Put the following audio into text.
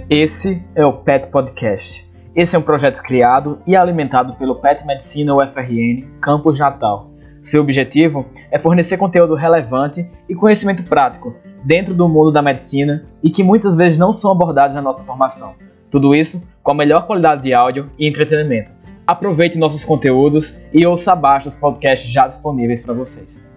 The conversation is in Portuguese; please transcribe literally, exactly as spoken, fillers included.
Esse é o Pet Podcast. Esse é um projeto criado e alimentado pelo Pet Medicina U F R N, Campus Natal. Seu objetivo é fornecer conteúdo relevante e conhecimento prático dentro do mundo da medicina e que muitas vezes não são abordados na nossa formação. Tudo isso com a melhor qualidade de áudio e entretenimento. Aproveite nossos conteúdos e ouça abaixo os podcasts já disponíveis para vocês.